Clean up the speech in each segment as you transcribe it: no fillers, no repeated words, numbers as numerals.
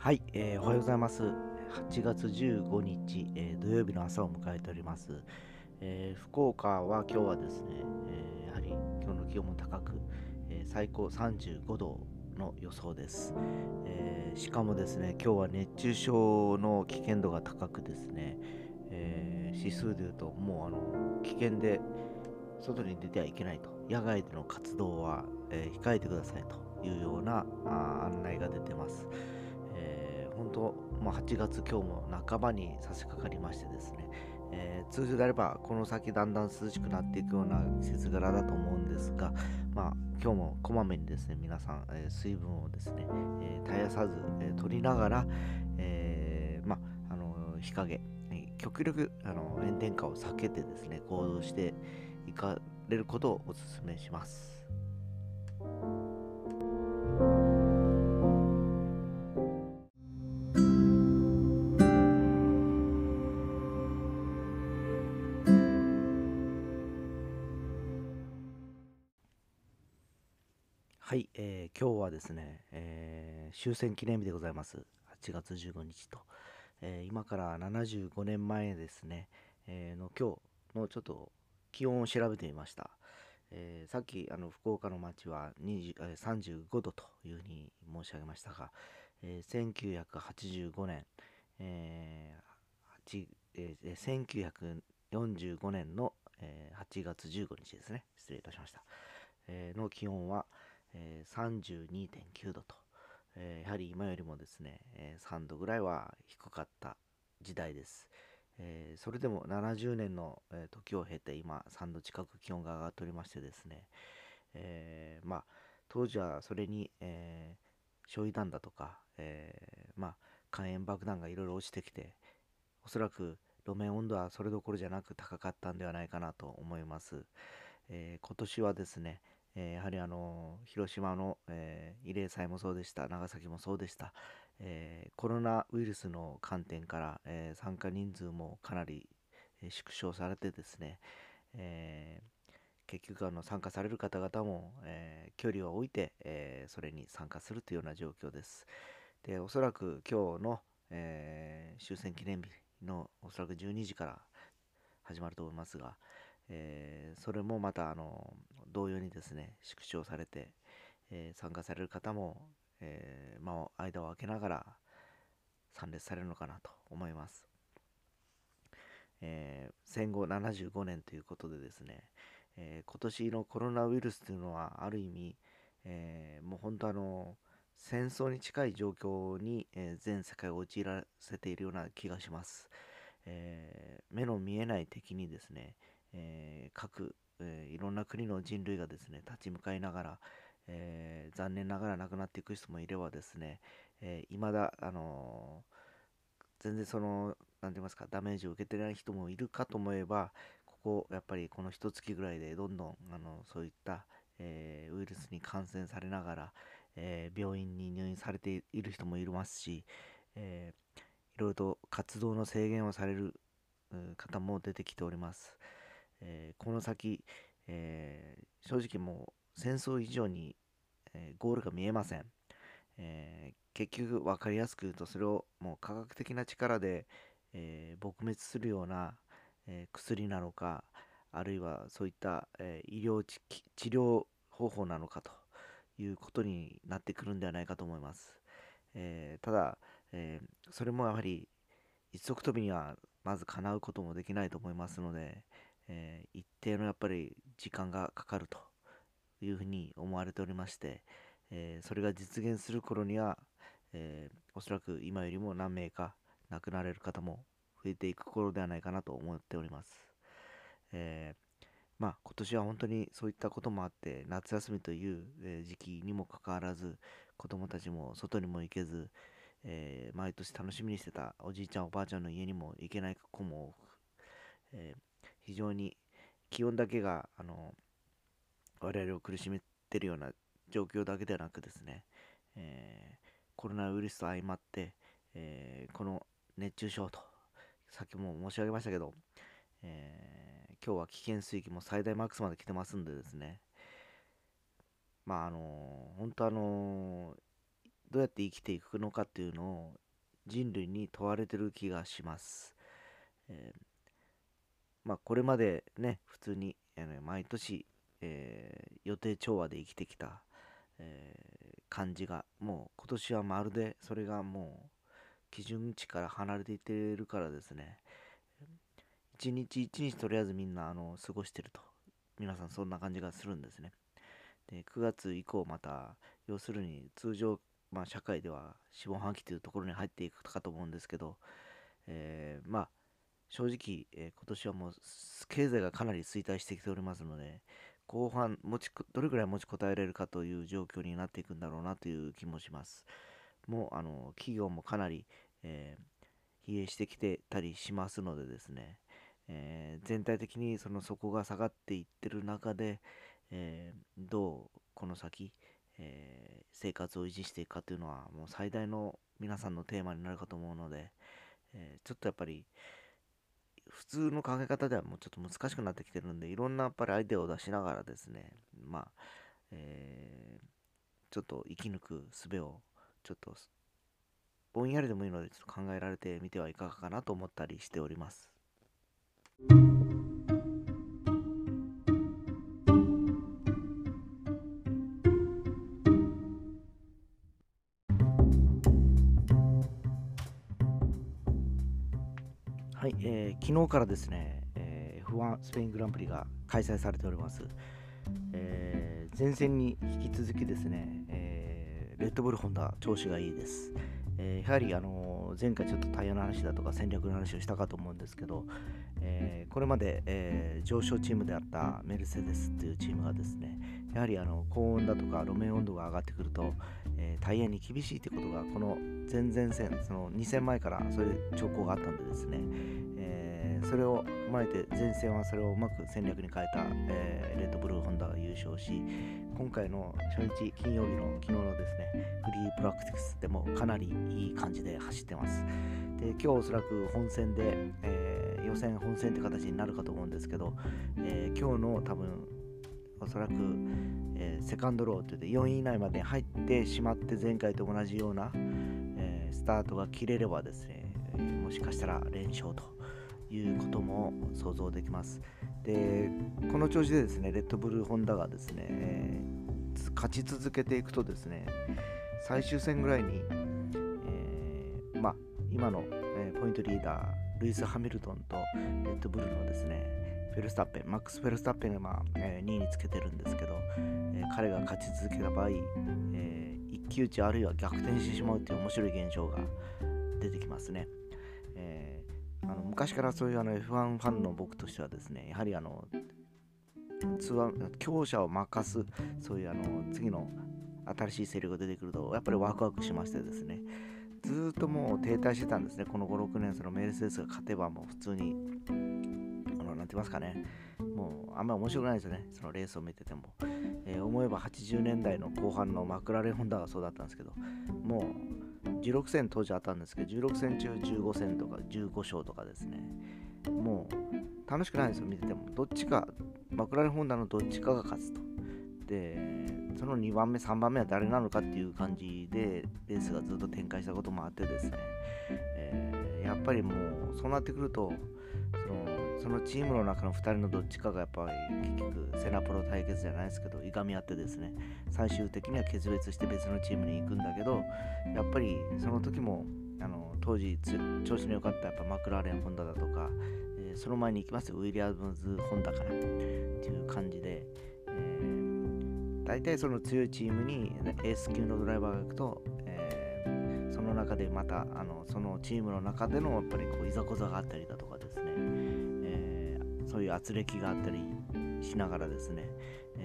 はい、おはようございます。8月15日、土曜日の朝を迎えております。福岡は今日はですね、やはり今日の気温も高く、最高35度の予想です。しかもですね、今日は熱中症の危険度が高くですね、指数でいうともう危険で外に出てはいけないと、野外での活動は、控えてくださいというような案内が出てます。本当、8月今日も半ばに差し掛かりましてですね、通常であればこの先だんだん涼しくなっていくような季節柄だと思うんですが、今日もこまめにですね皆さん、水分をですね、絶やさず、取りながら、日陰、極力炎天下を避けてですね行動していかれることをお勧めします。はい、今日はですね、終戦記念日でございます。8月15日と、今から75年前ですね、の今日のちょっと気温を調べてみました。さっき福岡の街は35度というふうに申し上げましたが、1985年、えー81945年の、8月15日ですね、失礼いたしました、の気温は、32.9度と、やはり今よりもですね、3度ぐらいは低かった時代です。それでも70年の、時を経て今3度近く気温が上がっておりましてですね、当時はそれに、焼夷弾だとか、火炎爆弾がいろいろ落ちてきて、おそらく路面温度はそれどころじゃなく高かったんではないかなと思います。今年はですね、やはり広島の、慰霊祭もそうでした、長崎もそうでした、コロナウイルスの観点から、参加人数もかなり、縮小されてですね、えー結局参加される方々も、距離を置いて、それに参加するというような状況です。で、おそらく今日の、終戦記念日のおそらく12時から始まると思いますが、それもまた同様にですね縮小されて、参加される方も、間を空けながら参列されるのかなと思います。戦後75年ということでですね、今年のコロナウイルスというのはある意味、もう本当戦争に近い状況に、全世界を陥らせているような気がします。目の見えない敵にですね、各、いろんな国の人類がですね立ち向かいながら、残念ながら亡くなっていく人もいればですね、未だ全然なんて言いますか、ダメージを受けてない人もいるかと思えば、やっぱりこの一月ぐらいでどんどんそういった、ウイルスに感染されながら、病院に入院されている人もいますし、いろいろと活動の制限をされる方も出てきております。この先、正直もう戦争以上に、ゴールが見えません。結局分かりやすく言うとそれをもう科学的な力で、撲滅するような、薬なのか、あるいはそういった、治療方法なのかということになってくるんではないかと思います。ただ、それもやはり一足飛びにはまず叶うこともできないと思いますので、一定のやっぱり時間がかかるというふうに思われておりまして、それが実現する頃には、おそらく今よりも何名か亡くなられる方も増えていく頃ではないかなと思っております。え今年は本当にそういったこともあって夏休みという、時期にもかかわらず子供たちも外にも行けず、毎年楽しみにしてたおじいちゃんおばあちゃんの家にも行けない子も多く、非常に気温だけが我々を苦しめているような状況だけではなくですね、コロナウイルスと相まって、この熱中症とさっきも申し上げましたけど、今日は危険水域も最大マックスまで来てますんでですね、本当どうやって生きていくのかっていうのを人類に問われてる気がします。これまでね、普通に毎年、予定調和で生きてきた、感じが、もう今年はまるでそれがもう基準値から離れていっているからですね、一日一日とりあえずみんな過ごしてると、皆さんそんな感じがするんですね。で、9月以降また、要するに通常、社会では四分半期というところに入っていくかと思うんですけど、正直、今年はもう経済がかなり衰退してきておりますので、後半どれくらい持ちこたえられるかという状況になっていくんだろうなという気もします。もう企業もかなり、疲弊してきてたりしますのでですね、全体的にその底が下がっていってる中で、どうこの先、生活を維持していくかというのはもう最大の皆さんのテーマになるかと思うので、ちょっとやっぱり普通の考え方ではもうちょっと難しくなってきてるんで、いろんなやっぱりアイデアを出しながらですね、ちょっと生き抜く術をちょっとぼんやりでもいいのでちょっと考えられてみてはいかがかなと思ったりしております。はい、昨日からですね、F1 スペイングランプリが開催されております。前線に引き続きですね、レッドブルホンダ調子がいいです。やはり前回ちょっとタイヤの話だとか戦略の話をしたかと思うんですけど、これまで、上昇チームであったメルセデスというチームがですね、やはり高温だとか路面温度が上がってくると、タイヤに厳しいということがこの前々戦、その2戦前からそういう兆候があったんでですね、それを踏まえて前線はそれをうまく戦略に変えた、レッドブルホンダが優勝し、今回の初日金曜日の昨日のですねフリープラクティクスでもかなりいい感じで走ってます。で、今日おそらく本戦で、予選本戦って形になるかと思うんですけど、今日の多分おそらく、セカンドローといって4位以内まで入ってしまって前回と同じような、スタートが切れればですね、もしかしたら連勝ということも想像できます。で、この調子でですねレッドブルホンダがですね、勝ち続けていくとですね、最終戦ぐらいに、今の、ポイントリーダールイス・ハミルトンとレッドブルのですねマックス・フェルスタッペンが、2位につけてるんですけど、彼が勝ち続けた場合、一騎打ちあるいは逆転してしまうという面白い現象が出てきますね。昔からそういうF1 ファンの僕としてはですね、やはり強者を任す、そういう次の新しい勢力が出てくるとやっぱりワクワクしましてですね、ずっともう停滞してたんですね。この5、6年、そのメルセデスが勝てばもう普通になんて言いますかね、もうあんまり面白くないですよね、そのレースを見てても。思えば80年代の後半のマクラーレンホンダがそうだったんですけど、もう16戦当時あったんですけど、16戦中15戦とか15勝とかですね、もう楽しくないんですよ、見てても。どっちか、マクラーレンホンダのどっちかが勝つと。で、その2番目、3番目は誰なのかっていう感じでレースがずっと展開したこともあってですね、やっぱりもうそうなってくると、そのチームの中の2人のどっちかがやっぱり結局セナプロ対決じゃないですけど、いがみ合ってですね、最終的には決別して別のチームに行くんだけど、やっぱりその時も当時調子の良かったやっぱマクラーレンホンダだとか、その前に行きますよウィリアムズホンダかなっていう感じで、大体その強いチームにエース級のドライバーが行くと、その中でまたそのチームの中でのやっぱりこういざこざがあったりだとかですね、そういう圧力があったりしながらですね、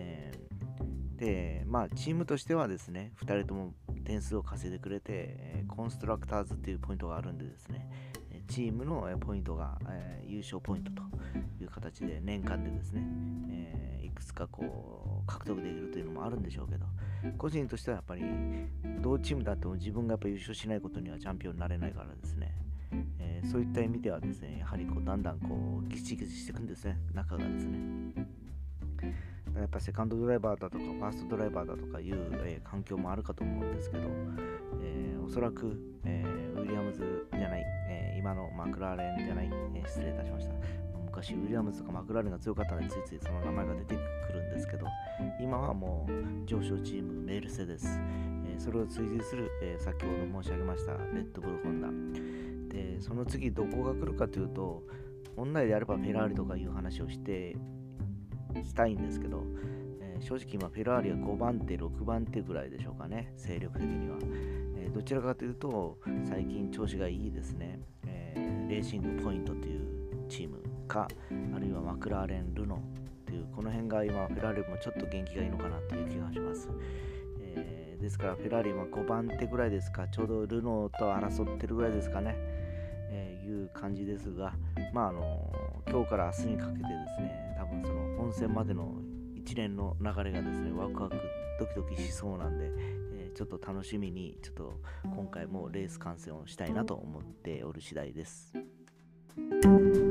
でチームとしてはですね2人とも点数を稼いでくれて、コンストラクターズっていうポイントがあるんでですね、チームのポイントが、優勝ポイントという形で年間でですね、いくつかこう獲得できるというのもあるんでしょうけど、個人としてはやっぱり同チームだっても自分がやっぱ優勝しないことにはチャンピオンになれないからですね、そういった意味ではですね、やはりこうだんだんこうギチギチしていくんですね、仲がですね。 やっぱセカンドドライバーだとかファーストドライバーだとかいう、環境もあるかと思うんですけど、おそらく、ウィリアムズじゃない、今のマクラーレンじゃない、失礼いたしました。昔ウィリアムズとかマクラーレンが強かったのでついついその名前が出てくるんですけど、今はもう上昇チームメルセデス、それを追随する、先ほど申し上げましたレッドブルホンダで、その次どこが来るかというと、本来であればフェラーリとかいう話をしたいんですけど、正直今フェラーリは5番手6番手ぐらいでしょうかね、勢力的には。どちらかというと最近調子がいいですね、レーシングポイントというチームか、あるいはマクラーレンルノという、この辺が今フェラーリもちょっと元気がいいのかなという気がします。ですからフェラーリは5番手ぐらいですか、ちょうどルノーと争ってるぐらいですかね、いう感じですが、今日から明日にかけてですね、多分その本戦までの一連の流れがですね、ワクワクドキドキしそうなんで、ちょっと楽しみにちょっと今回もレース観戦をしたいなと思っておる次第です。